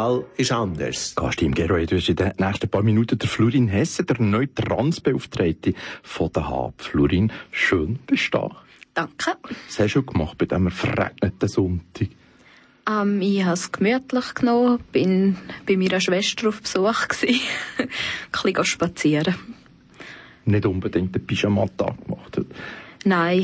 Fall ist anders. Gastim Gero, du hast in den nächsten paar Minuten der Florin Hesse, der neue Transbeauftragte von der HAB. Florin, schön bist du da. Danke. Was hast du gemacht bei diesem verregneten Sonntag? Ich habe es gemütlich genommen, bin bei meiner Schwester auf Besuch gewesen. Ein bisschen spazieren. Nicht unbedingt den Pyjama-Tag gemacht. Nein.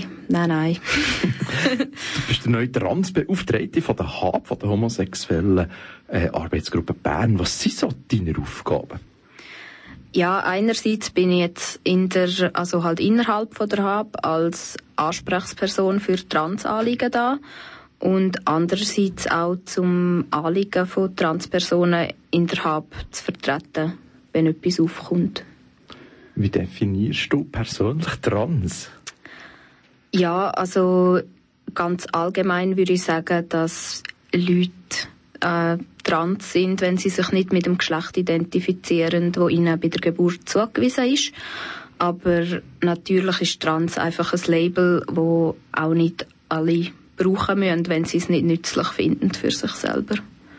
Du bist der neue Transbeauftragte von der HAB, von der homosexuellen Arbeitsgruppe Bern. Was sind so deine Aufgaben? Ja, einerseits bin ich jetzt innerhalb von der HAB als Ansprechperson für Transanliegen da und andererseits auch zum Anliegen von Transpersonen in der HAB zu vertreten, wenn etwas aufkommt. Wie definierst du persönlich trans? Ja, also ganz allgemein würde ich sagen, dass Leute trans sind, wenn sie sich nicht mit dem Geschlecht identifizieren, das ihnen bei der Geburt zugewiesen ist. Aber natürlich ist trans einfach ein Label, das auch nicht alle brauchen müssen, wenn sie es nicht nützlich finden für sich selber.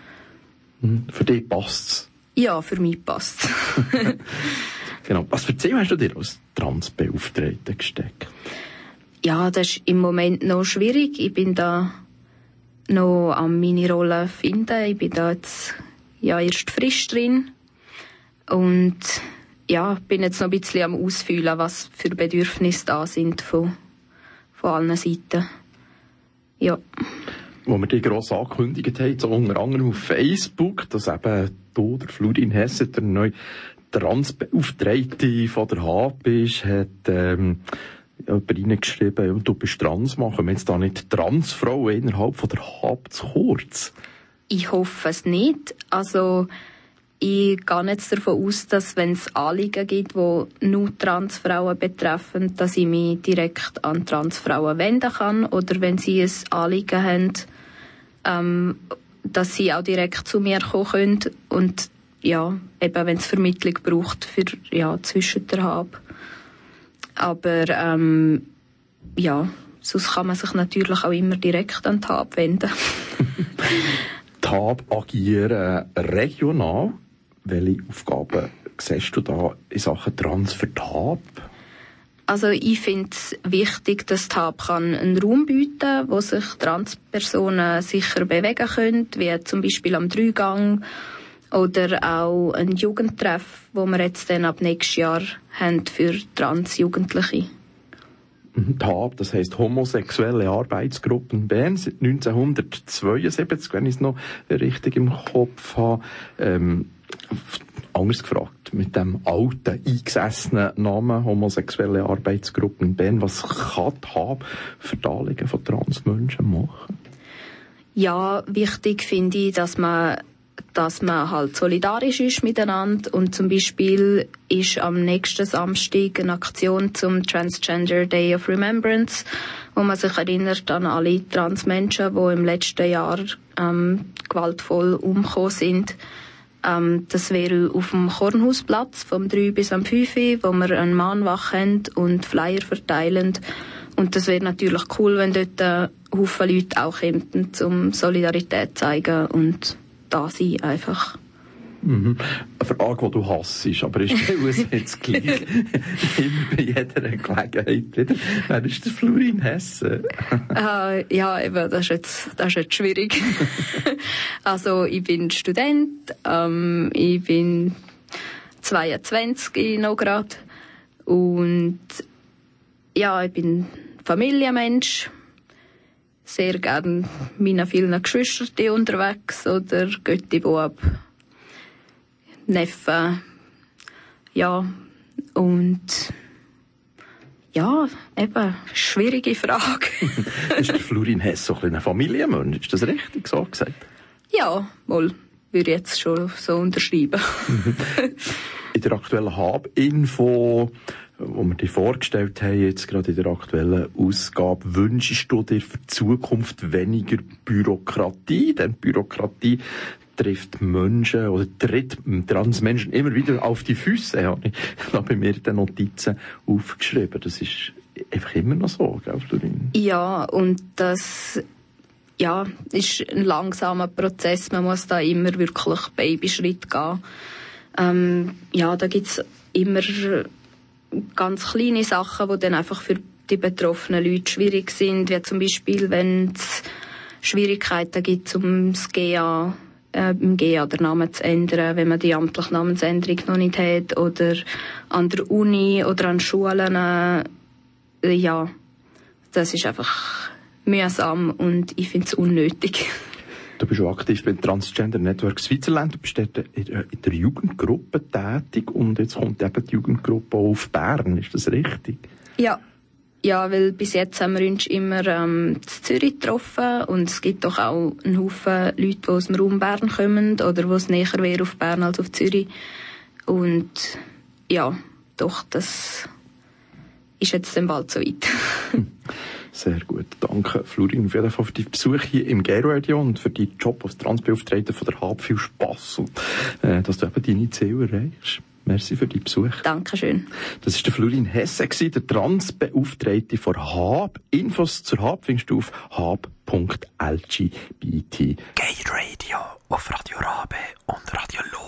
Für dich passt es? Ja, für mich passt es. Genau. Was für Ziel hast du dir als Transbeauftragte gesteckt? Ja, das ist im Moment noch schwierig. Ich bin da noch an meine Rolle finden. Ich bin da jetzt erst frisch drin. Und bin jetzt noch ein bisschen am Ausfüllen, was für Bedürfnisse da sind von allen Seiten. Ja. Wo wir die gross angekündigt haben, so unter anderem auf Facebook, dass eben du, der Florin Hesse, der neue Transbeauftragte von der HAB ist, hat jemand reingeschrieben, du bist trans, machen wir jetzt da nicht Transfrauen innerhalb von der HAB zu kurz? Ich hoffe es nicht. Also, ich gehe jetzt davon aus, dass wenn es Anliegen gibt, die nur Transfrauen betreffen, dass ich mich direkt an Transfrauen wenden kann. Oder wenn sie ein Anliegen haben, dass sie auch direkt zu mir kommen können. Und ja, eben wenn es Vermittlung braucht zwischen der HAB. Aber sonst kann man sich natürlich auch immer direkt an die HAB wenden. Die HAB agieren regional. Welche Aufgaben siehst du da in Sachen Trans für die HAB? Also ich finde es wichtig, dass die HAB einen Raum bieten kann, wo sich Transpersonen sicher bewegen können, wie zum Beispiel am Dreigang oder auch ein Jugendtreff, wo wir jetzt dann ab nächstes Jahr haben für Transjugendliche. Die HAB, das heisst Homosexuelle Arbeitsgruppen Bern, seit 1972, wenn ich es noch richtig im Kopf habe. Anders gefragt, mit dem alten, eingesessenen Namen Homosexuelle Arbeitsgruppen Bern, was kann die HAB für die Anliegen von Transmenschen machen? Ja, wichtig finde ich, dass man halt solidarisch ist miteinander und zum Beispiel ist am nächsten Samstag eine Aktion zum Transgender Day of Remembrance, wo man sich erinnert an alle Transmenschen, die im letzten Jahr gewaltvoll umgekommen sind. Das wäre auf dem Kornhausplatz vom 3 bis am 5, wo wir eine Mahnwache haben und Flyer verteilen. Und das wäre natürlich cool, wenn dort Haufen Leute auch kämen, um Solidarität zu zeigen und da sein einfach. Eine Frage, die du hasst, aber ich stelle es jetzt gleich immer bei jeder Gelegenheit wieder. Wer ist der Florin Hesse? Eben, das ist jetzt schwierig. Also, ich bin Student, ich bin 22 noch gerade und ich bin Familienmensch. Sehr gerne meinen vielen Geschwistern unterwegs oder Götti-Bub, Neffen, schwierige Frage. Ist der Florin Hesse so ein Familienmensch? Ist das richtig so gesagt? Ja, wohl, würde ich jetzt schon so unterschreiben. In der aktuellen HAB-Info, wo wir dir vorgestellt haben, jetzt gerade in der aktuellen Ausgabe, wünschst du dir für die Zukunft weniger Bürokratie? Denn Bürokratie trifft Menschen oder tritt Transmenschen immer wieder auf die Füße. Habe ich bei mir in den Notizen aufgeschrieben. Das ist einfach immer noch so, gell, Florin? Ja, und das ja, ist ein langsamer Prozess. Man muss da immer wirklich Babyschritt gehen. Ja, da gibt's immer ganz kleine Sachen, die dann einfach für die betroffenen Leute schwierig sind, wie zum Beispiel, wenn es Schwierigkeiten gibt, um das GEA, im GEA den Namen zu ändern, wenn man die amtliche Namensänderung noch nicht hat, oder an der Uni oder an Schulen. Ja, das ist einfach mühsam und ich finde es unnötig. Du bist auch aktiv beim Transgender Network Switzerland. Du bist dort in der Jugendgruppe tätig und jetzt kommt eben die Jugendgruppe auch auf Bern. Ist das richtig? Ja. Ja, weil bis jetzt haben wir uns immer in Zürich getroffen und es gibt doch auch einen Haufen Leute, die aus dem Raum Bern kommen oder wo es näher wäre auf Bern als auf Zürich. Und ja, doch, das ist jetzt dann bald soweit. Sehr gut. Danke, Florin, auf jeden Fall für deinen Besuch hier im Gay-Radio und für deinen Job als Transbeauftragter von der HAB. Viel Spass und dass du eben deine Ziele erreichst. Merci für deinen Besuch. Dankeschön. Das war der Florin Hesse, der Transbeauftragte von HAB. Infos zur HAB findest du auf hab.lgbt. Gay Radio auf Radio Rabe und Radio Lo.